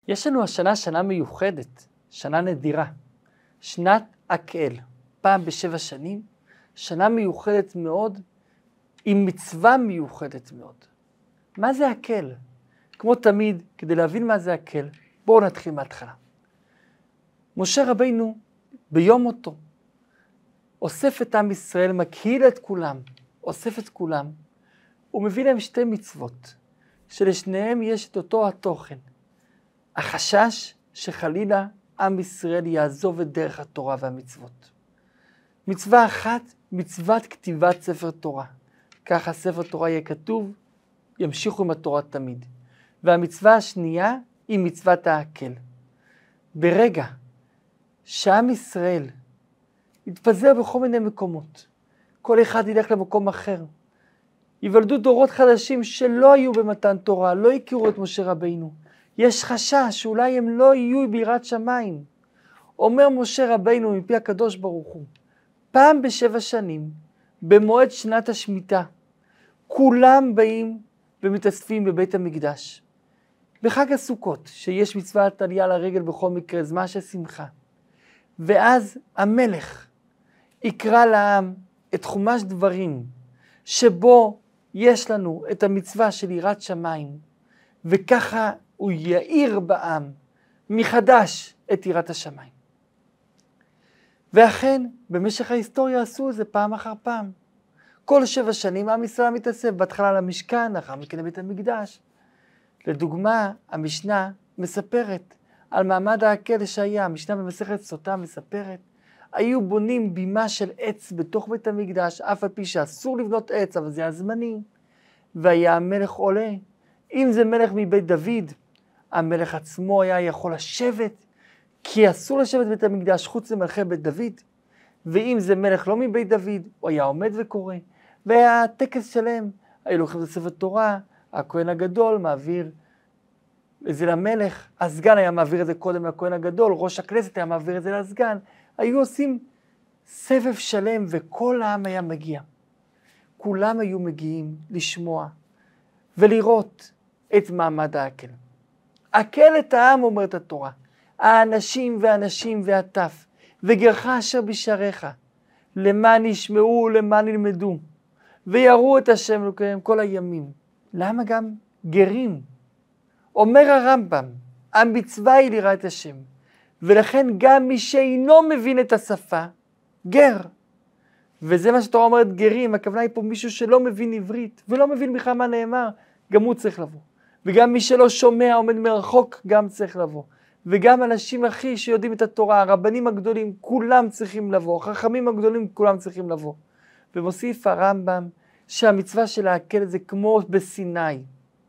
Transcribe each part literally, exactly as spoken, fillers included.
יש לנו השנה שנה מיוחדת, שנה נדירה, שנת הקהל, פעם בשבע שנים, שנה מיוחדת מאוד, עם מצווה מיוחדת מאוד. מה זה הקהל? כמו תמיד, כדי להבין מה זה הקהל, בואו נתחיל מההתחלה. משה רבינו ביום מותו, אוסף את עם ישראל, מקהיל את כולם, אוסף את כולם, הוא מביא להם שתי מצוות, שלשניהם יש את אותו התוכן. החשש שחלילה עם ישראל יעזוב את דרך התורה והמצוות. מצווה אחת, מצוות כתיבת ספר תורה. ככה ספר תורה יהיה כתוב, ימשיכו עם התורה תמיד. והמצווה השנייה היא מצוות ההקל. ברגע שעם ישראל יתפזר בכל מיני מקומות, כל אחד ילך למקום אחר, ייוולדו דורות חדשים שלא היו במתן תורה, לא הכירו את משה רבינו. יש חשש שאולי הם לא יהיו ביראת שמיים. אומר משה רבינו מפי הקדוש ברוך הוא, פעם בשבע שנים, במועד שנת השמיטה, כולם באים ומתאספים בבית המקדש. בחג הסוכות, שיש מצוות עלייה לרגל בכל מקרה, זמן של שמחה. ואז המלך יקרא לעם את חומש דברים, שבו יש לנו את המצווה של יראת שמיים, וככה הוא יאיר בעם מחדש את יראת השמיים. ואכן, במשך ההיסטוריה עשו את זה פעם אחר פעם. כל שבע שנים עם ישראל מתאסף, בהתחלה למשכן, לאחר מכן לבית המקדש. לדוגמה, המשנה מספרת על מעמד ההקל שהיה, המשנה במסכת סוטה מספרת, היו בונים בימה של עץ בתוך בית המקדש, אף על פי שאסור לבנות עץ, אבל זה היה זמני. והיה המלך עולה. אם זה מלך מבית דוד, המלך עצמו היה יכול לשבת, כי אסור לשבת בבית המקדש חוץ למלכי בית דוד. ואם זה מלך לא מבית דוד, הוא היה עומד וקורא. והיה טקס שלם, היו לוקחים את ספר תורה, הכהן הגדול מעביר את זה למלך, הסגן היה מעביר את זה קודם לכהן הגדול, ראש הכנסת היה מעביר את זה לסגן. היו עושים סבב שלם וכל העם היה מגיע. כולם היו מגיעים לשמוע ולראות את מעמד ההקל. הקל את העם, אומרת התורה, האנשים והנשים והטף, וגרך אשר בשעריך, למען ישמעו למען ילמדו, ויראו את השם אלוקיהם כל הימים. למה גם גרים? אומר הרמב"ם, המצווה היא ליראה את השם, ולכן גם מי שאינו מבין את השפה, גר. וזה מה שהתורה אומרת גרים, הכוונה היא פה מישהו שלא מבין עברית, ולא מבין בכלל מה נאמר, גם הוא צריך לבוא. וגם מי שלא שומע, עומד מרחוק, גם צריך לבוא. וגם אנשים הכי שיודעים את התורה, הרבנים הגדולים, כולם צריכים לבוא, החכמים הגדולים, כולם צריכים לבוא. ומוסיף הרמב"ם שהמצווה של ההקל זה כמו בסיני.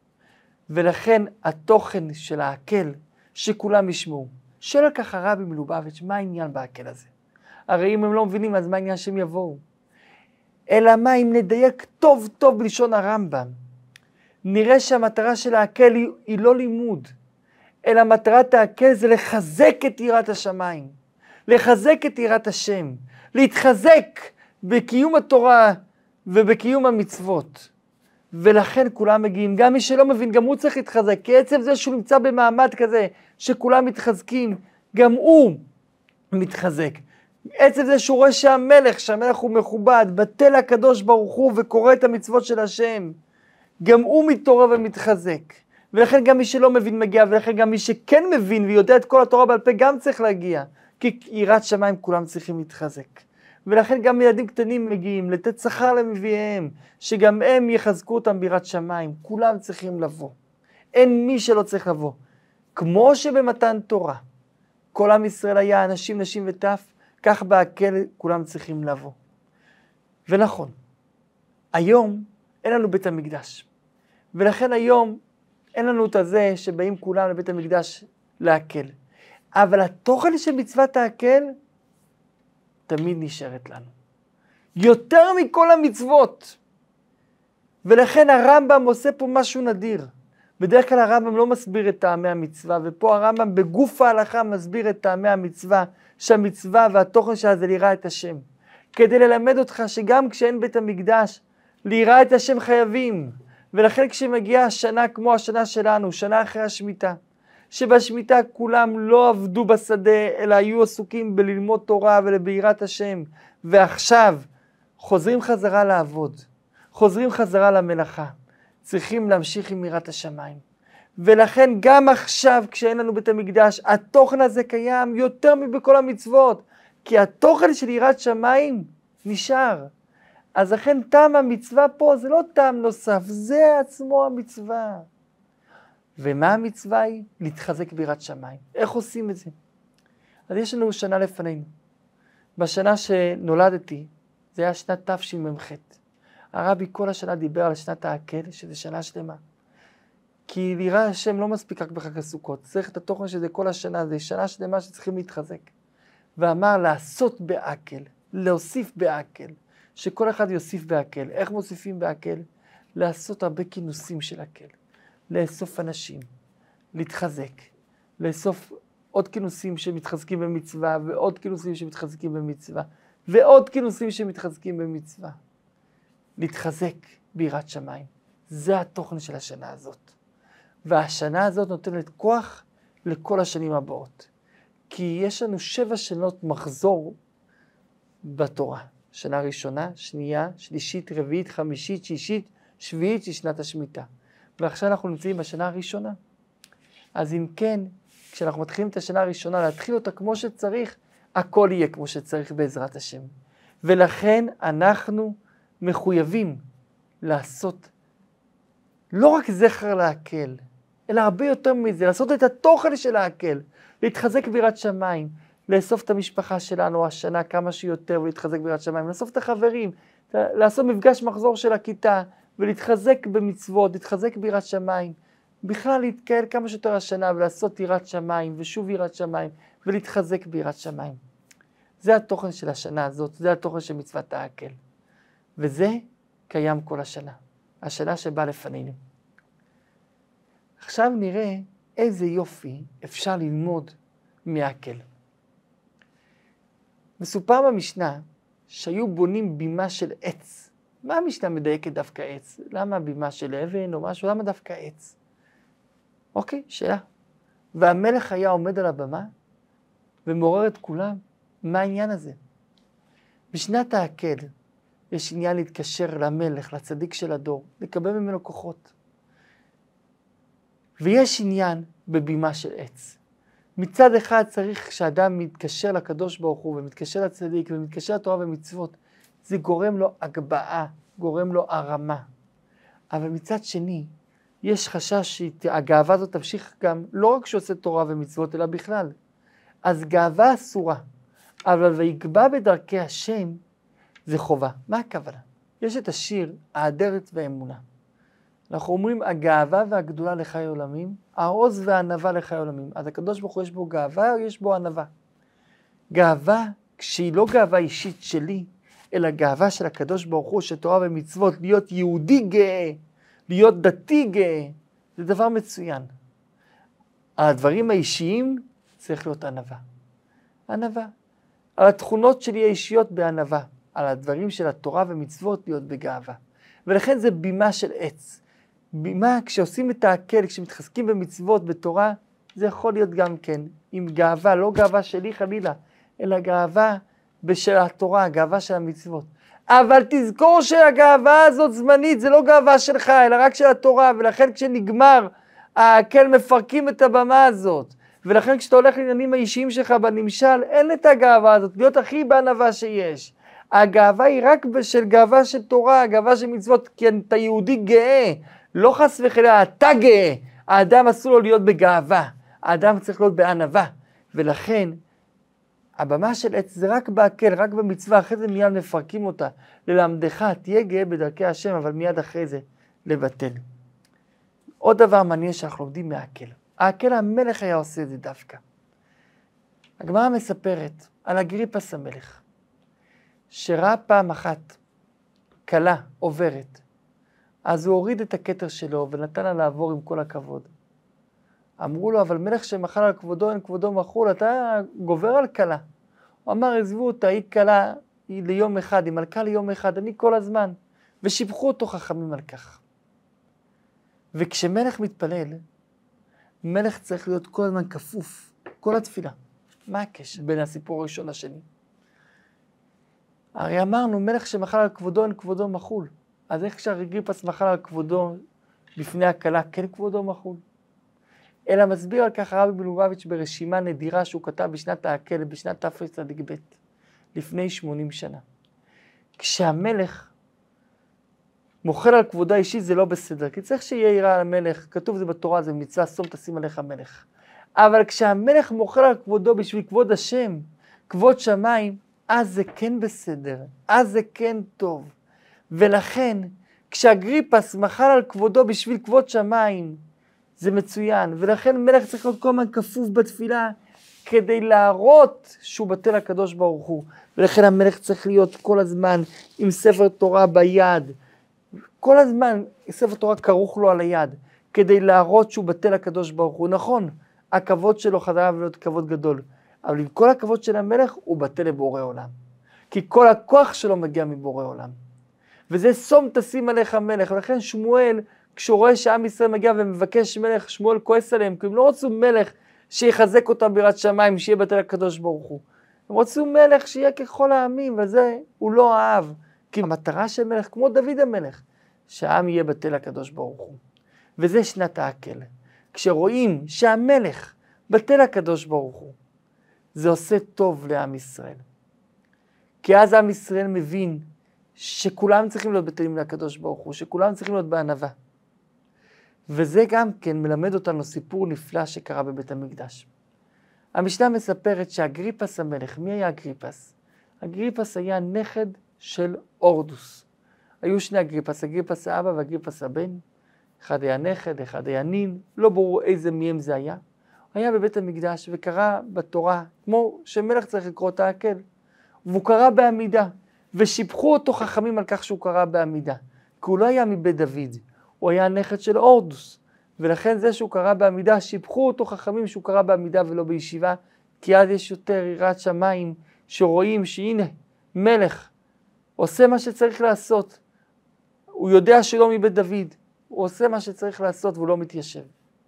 ולכן התוכן של ההקל, שכולם ישמעו. שואל ככה רבי מלובביץ', מה העניין בהקל הזה? הרי אם הם לא מבינים, אז מה העניין שהם יבואו? אלא מה, אם נדייק טוב טוב בלשון הרמב"ם, נראה שהמטרה של ההקל היא, היא לא לימוד, אלא מטרת ההקל זה לחזק את יראת השמיים, לחזק את יראת השם, להתחזק בקיום התורה ובקיום המצוות. ולכן כולם מגיעים, גם מי שלא מבין, גם הוא צריך להתחזק, כי עצם זה שהוא נמצא במעמד כזה, שכולם מתחזקים, גם הוא מתחזק. עצם זה שהוא רואה שהמלך, שהמלך הוא מכובד, בטל הקדוש ברוך הוא וקורא את המצוות של השם, גם הוא מתעורר ומתחזק. ולכן גם מי שלא מבין מגיע, ולכן גם מי שכן מבין ויודע את כל התורה בעל פה גם צריך להגיע. כי יראת שמיים כולם צריכים להתחזק. ולכן גם ילדים קטנים מגיעים, לתת שכר למביאיהם, שגם הם יחזקו אותם ביראת שמיים. כולם צריכים לבוא. אין מי שלא צריך לבוא. כמו שבמתן תורה, כל עם ישראל היה אנשים, נשים וטף, כך בהקל כולם צריכים לבוא. ונכון, היום אין לנו בית המקדש. ולכן היום אין לנו את הזה שבאים כולם לבית המקדש להקל. אבל התוכן של מצוות ההקל תמיד נשארת לנו. יותר מכל המצוות. ולכן הרמב"ם עושה פה משהו נדיר. בדרך כלל הרמב"ם לא מסביר את טעמי המצווה, ופה הרמב"ם בגוף ההלכה מסביר את טעמי המצווה, שהמצווה והתוכן שלה זה ליראה את השם. כדי ללמד אותך שגם כשאין בית המקדש, ליראה את השם חייבים. ולכן כשמגיעה השנה כמו השנה שלנו, שנה אחרי השמיטה, שבשמיטה כולם לא עבדו בשדה, אלא היו עסוקים בללמוד תורה ולבירת השם, ועכשיו חוזרים חזרה לעבוד, חוזרים חזרה למלאכה, צריכים להמשיך עם יראת השמיים. ולכן גם עכשיו כשאין לנו בית המקדש, התוכן הזה קיים יותר מבכל המצוות, כי התוכן של יראת שמיים נשאר. אז לכן טעם המצווה פה זה לא טעם נוסף, זה עצמו המצווה. ומה המצווה היא? להתחזק ביראת שמיים. איך עושים את זה? אז יש לנו שנה לפנינו. בשנה שנולדתי, זה היה שנת תשמ"ח. הרבי כל השנה דיבר על שנת העקל, שזה שנה שלמה. כי ליראה השם לא מספיק רק בחג הסוכות, צריך את התוכן שזה כל השנה, זה שנה שלמה שצריכים להתחזק. ואמר לעשות בעקל, להוסיף בעקל, שכל אחד יוסיף בעקל. איך מוסיפים בעקל? לעשות הרבה כינוסים של עקל, לאסוף אנשים, להתחזק, לאסוף עוד כינוסים שמתחזקים במצווה, ועוד כינוסים שמתחזקים במצווה, ועוד כינוסים שמתחזקים במצווה. להתחזק ביראת שמיים. זה התוכן של השנה הזאת. והשנה הזאת נותנת כוח לכל השנים הבאות. כי יש לנו שבע שנות מחזור בתורה. שנה ראשונה, שנייה, שלישית, רביעית, חמישית, שישית, שביעית של שנת השמיטה. ועכשיו אנחנו נמצאים בשנה הראשונה. אז אם כן, כשאנחנו מתחילים את השנה הראשונה, להתחיל אותה כמו שצריך, הכל יהיה כמו שצריך בעזרת השם. ולכן אנחנו מחויבים לעשות לא רק זכר להקל, אלא הרבה יותר מזה, לעשות את התוכן של ההקל, להתחזק ביראת שמיים, לאסוף את המשפחה שלנו השנה כמה שיותר ולהתחזק ביראת שמיים, לאסוף את החברים, לעשות מפגש מחזור של הכיתה ולהתחזק במצוות, להתחזק ביראת שמיים, בכלל להתקהל כמה שיותר השנה ולעשות יראת שמיים ושוב יראת שמיים ולהתחזק ביראת שמיים. זה התוכן של השנה הזאת, זה התוכן של מצוות ההקל. וזה קיים כל השנה, השנה שבאה לפנינו. עכשיו נראה איזה יופי אפשר ללמוד מההקל. מסופר במשנה שהיו בונים בימה של עץ. מה המשנה מדייקת דווקא עץ? למה בימה של אבן או משהו? למה דווקא עץ? אוקיי, שאלה. והמלך היה עומד על הבמה ומעורר את כולם. מה העניין הזה? בשנת ההקל יש עניין להתקשר למלך, לצדיק של הדור, לקבל ממנו כוחות. ויש עניין בבימה של עץ. מצד אחד צריך שאדם מתקשר לקדוש ברוך הוא ומתקשר לצדיק ומתקשר לתורה ומצוות. זה גורם לו הגבהה, גורם לו הרמה. אבל מצד שני, יש חשש שהגאווה הזאת תמשיך גם לא רק שעושה תורה ומצוות, אלא בכלל. אז גאווה אסורה, אבל ויקבע בדרכי השם זה חובה. מה הכוונה? יש את השיר, האדרת והאמונה. אנחנו אומרים, הגאווה והגדולה לחיי עולמים, העוז והענווה לחיי עולמים. אז הקדוש ברוך הוא יש בו גאווה או יש בו ענווה? גאווה, כשהיא לא גאווה אישית שלי, אלא גאווה של הקדוש ברוך הוא, שתורה ומצוות, להיות יהודי גאה, להיות דתי גאה, זה דבר מצוין. על הדברים האישיים צריך להיות ענווה. ענווה. על התכונות שלי האישיות בענווה. על הדברים של התורה ומצוות להיות בגאווה. ולכן זה בימה של עץ. בימה, כשעושים את ההקל, כשמתחזקים במצוות, בתורה, זה יכול להיות גם כן עם גאווה, לא גאווה שלי חלילה, אלא גאווה בשל התורה, גאווה של המצוות. אבל תזכור שהגאווה הזאת זמנית, זה לא גאווה שלך, אלא רק של התורה, ולכן כשנגמר, ההקל מפרקים את הבמה הזאת. ולכן כשאתה הולך לעניינים האישיים שלך בנמשל, אין את הגאווה הזאת, להיות הכי בענווה שיש. הגאווה היא רק של גאווה של תורה, גאווה של מצוות, כי אתה יהודי גאה, לא חס וחלילה, אתה גאה. האדם אסור לו להיות בגאווה, האדם צריך להיות בענווה, ולכן הבמה של עץ זה רק בהקל, רק במצווה, אחרי זה מיד מפרקים אותה, ללמדך, תהיה גאה בדרכי השם, אבל מיד אחרי זה לבטל. עוד דבר מעניין שאנחנו לומדים מההקל. ההקל המלך היה עושה את זה דווקא. הגמרא מספרת על אגריפס המלך, שראה פעם אחת כלה עוברת, אז הוא הוריד את הכתר שלו ונתן לה לעבור עם כל הכבוד. אמרו לו, אבל מלך שמחל על כבודו, אין כבודו מחול, אתה גובר על כלה. הוא אמר, עזבו אותה, היא כלה היא ליום אחד, היא מלכה ליום אחד, אני כל הזמן. ושיבחו אותו חכמים על כך. וכשמלך מתפלל, מלך צריך להיות כל הזמן כפוף, כל התפילה. מה הקשר בין הסיפור הראשון לשני? הרי אמרנו, מלך שמחל על כבודו, אין כבודו מחול. אז איך כשאגריפס מחל על כבודו לפני הכלה, כן כבודו מחול? אלא מסביר על כך הרבי מלובביץ' ברשימה נדירה שהוא כתב בשנת ההקל, בשנת תרצ"ב, לפני שמונים שנה. כשהמלך מוחל על כבודה אישית זה לא בסדר, כי צריך שיהיה יראה על המלך, כתוב זה בתורה, זה מצווה, שום תשים עליך מלך. אבל כשהמלך מוחל על כבודו בשביל כבוד השם, כבוד שמיים, אז זה כן בסדר, אז זה כן טוב. ולכן, כשאגריפס מחל על כבודו בשביל כבוד שמיים, זה מצוין. ולכן מלך צריך להיות כל הזמן כפוף בתפילה, כדי להראות שהוא בטל הקדוש ברוך הוא. ולכן המלך צריך להיות כל הזמן עם ספר תורה ביד. כל הזמן ספר תורה כרוך לו על היד, כדי להראות שהוא בטל הקדוש ברוך הוא. נכון, הכבוד שלו חייב להיות כבוד גדול. אבל עם כל הכבוד של המלך, הוא בטל לבורא עולם. כי כל הכוח שלו מגיע מבורא עולם. וזה שום תשים עליך מלך. ולכן שמואל, כשהוא רואה שעם ישראל מגיע ומבקש מלך, שמואל כועס עליהם, כי הם לא רצו מלך שיחזק אותם ביראת שמיים, שיהיה בטל הקדוש ברוך הוא. הם רצו מלך שיהיה ככל העמים, וזה הוא לא אהב. כי המטרה של מלך, כמו דוד המלך, שהעם יהיה בטל הקדוש ברוך הוא. וזה שנת ההקל. כשרואים שהמלך בטל הקדוש ברוך הוא, זה עושה טוב לעם ישראל. כי אז עם ישראל מבין שכולם צריכים להיות בטלים לקדוש ברוך הוא, שכולם צריכים להיות בענווה. וזה גם כן מלמד אותנו סיפור נפלא שקרה בבית המקדש. המשנה מספרת שאגריפס המלך, מי היה אגריפס? אגריפס היה נכד של אורדוס. היו שני אגריפס, אגריפס האבא ואגריפס הבן. אחד היה נכד, אחד היה נין, לא ברור איזה מהם זה היה. היה בבית המקדש וקרא בתורה, כמו שמלך צריך לקרוא את ההקל. והוא קרא בעמידה, ושיבחו אותו חכמים על כך שהוא קרא בעמידה. כי הוא לא היה מבית דוד, הוא היה נכד של אורדוס. ולכן זה שהוא קרא בעמידה, שיבחו אותו חכמים שהוא קרא בעמידה ולא בישיבה, כי אז יש יותר יראת שמיים שרואים שהנה מלך עושה מה שצריך לעשות. הוא יודע שלא מבית דוד, הוא עושה מה שצריך לעשות והוא לא מתיישב.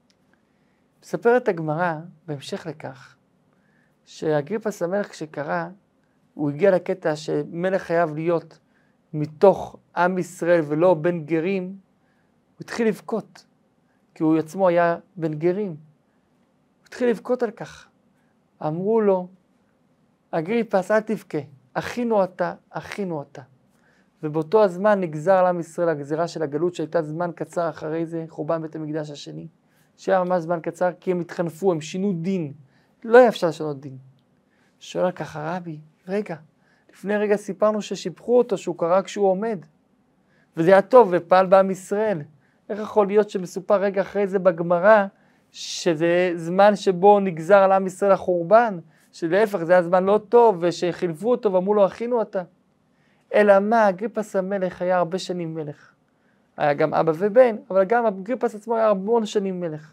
מספרת הגמרא בהמשך לכך, שאגריפס המלך כשקרא, הוא הגיע לקטע שמלך חייב להיות מתוך עם ישראל ולא בן גרים, הוא התחיל לבכות, כי הוא עצמו היה בן גרים. הוא התחיל לבכות על כך. אמרו לו, אגריפס אל תבכה, אחינו אתה, אחינו אתה. ובאותו הזמן נגזר על עם ישראל הגזירה של הגלות שהייתה זמן קצר אחרי זה, חורבן בית המקדש השני, שהיה ממש זמן קצר כי הם התחנפו, הם שינו דין. לא היה אפשר לשנות דין. שואל על כך הרבי, רגע, לפני רגע סיפרנו ששיבחו אותו שהוא קרא כשהוא עומד. וזה היה טוב ופעל בעם ישראל. איך יכול להיות שמסופר רגע אחרי זה בגמרא, שזה זמן שבו נגזר על עם ישראל החורבן, שלהפך זה היה זמן לא טוב, ושחילפו אותו ואמרו לו אחינו אתה. אלא מה, אגריפס המלך היה הרבה שנים מלך. היה גם אבא ובן, אבל גם אגריפס עצמו היה המון שנים מלך.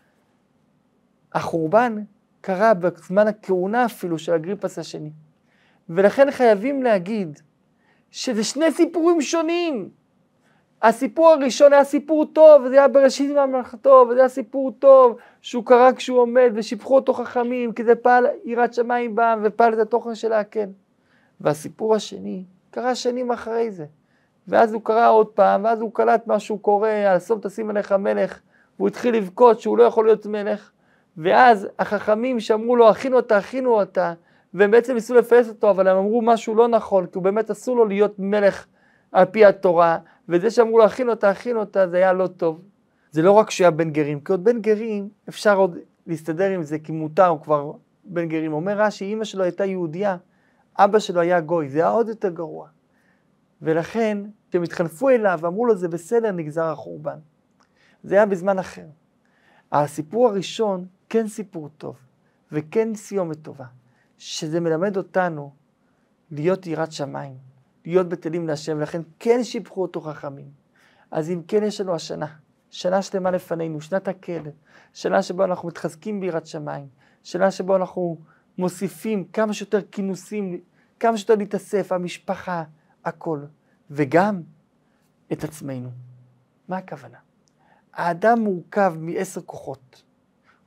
החורבן קרה בזמן הכהונה אפילו של אגריפס השני. ולכן חייבים להגיד שזה שני סיפורים שונים. הסיפור הראשון היה סיפור טוב, וזה היה בראשית ממלכתו, וזה היה סיפור טוב, שהוא קרא כשהוא עומד, ושיבחו אותו חכמים, כי זה פעל יראת שמיים בעם, ופעל את התוכן של ההקל. והסיפור השני קרה שנים אחרי זה. ואז הוא קרא עוד פעם, ואז הוא קלט מה שהוא קורא, על שום תשים עליך מלך, והוא התחיל לבכות שהוא לא יכול להיות מלך. ואז החכמים שאמרו לו, אחינו אתה, אחינו אתה, והם בעצם ניסו לפייס אותו, אבל הם אמרו משהו לא נכון, כי הוא באמת אסור לו להיות מלך על פי התורה, וזה שאמרו לו, אחינו אתה, אחינו אתה, זה היה לא טוב. זה לא רק שהוא היה בן גרים, כי עוד בן גרים אפשר עוד להסתדר עם זה, כי מותר הוא כבר בן גרים. אומר רש"י, אמא שלו הייתה יהודייה, אבא שלו היה גוי, זה היה עוד יותר גרוע. ולכן, כשהם התחנפו אליו ואמרו לו, זה בסדר, נגזר החורבן. זה היה בזמן אחר. הסיפור הראשון, כן סיפור טוב, וכן סיומת טובה, שזה מלמד אותנו להיות יראת שמיים, להיות בטלים להשם, ולכן כן שיבחו אותו חכמים. אז אם כן יש לנו השנה, שנה שלמה לפנינו, שנת הקל, שנה שבו אנחנו מתחזקים ביראת שמיים, שנה שבו אנחנו מוסיפים כמה שיותר כינוסים, כמה שיותר להתאסף, המשפחה, הכל, וגם את עצמנו. מה הכוונה? האדם מורכב מעשר כוחות.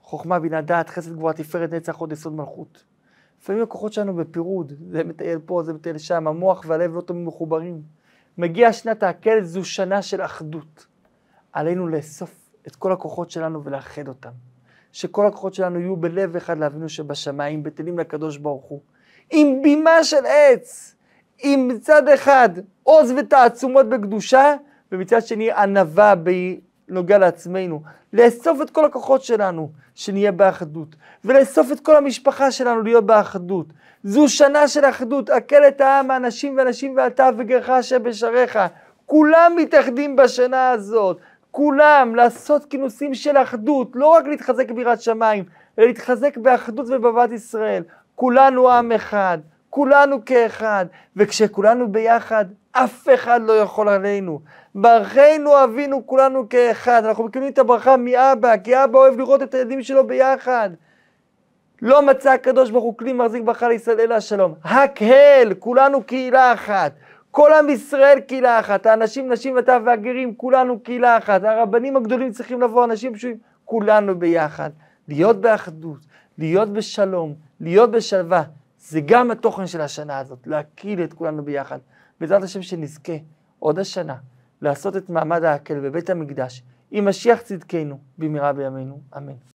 חוכמה, בינה, דעת, חסד, גבורה, תפארת, נצח, הוד, יסוד, מלכות. לפעמים הכוחות שלנו בפירוד, זה מטייל פה, זה מטייל שם, המוח והלב לא תמיד מחוברים. מגיע שנת ההקל, זו שנה של אחדות. עלינו לאסוף את כל הכוחות שלנו ולאחד אותם. שכל הכוחות שלנו יהיו בלב אחד לאבינו שבשמיים, בטלים לקדוש ברוך הוא. עם בימה של עץ, עם מצד אחד עוז ותעצומות בקדושה, ומצד שני ענווה בנוגע לעצמנו. לאסוף את כל הכוחות שלנו, שנהיה באחדות. ולאסוף את כל המשפחה שלנו להיות באחדות. זו שנה של אחדות, הקל את העם, האנשים ואנשים ואתה וגרך השם בשעריך. כולם מתאחדים בשנה הזאת. כולם לעשות כינוסים של אחדות, לא רק להתחזק ביראת שמיים, אלא להתחזק באחדות ובבת ישראל. כולנו עם אחד, כולנו כאחד, וכשכולנו ביחד, אף אחד לא יכול עלינו. ברכנו אבינו כולנו כאחד, אנחנו מקבלים את הברכה מאבא, כי אבא אוהב לראות את הילדים שלו ביחד. לא מצא הקדוש ברוך הוא כלי מחזיק ברכה לישראל אלא השלום. הקהל, כולנו קהילה אחת. כל עם ישראל קהילה אחת, האנשים, נשים וטף והגרים, כולנו קהילה אחת, הרבנים הגדולים צריכים לבוא, אנשים פשוטים, כולנו ביחד, להיות באחדות, להיות בשלום, להיות בשלווה, זה גם התוכן של השנה הזאת, להקהיל את כולנו ביחד, בעזרת השם שנזכה עוד השנה, לעשות את מעמד ההקל בבית המקדש, עם משיח צדקנו, במהרה בימינו, אמן.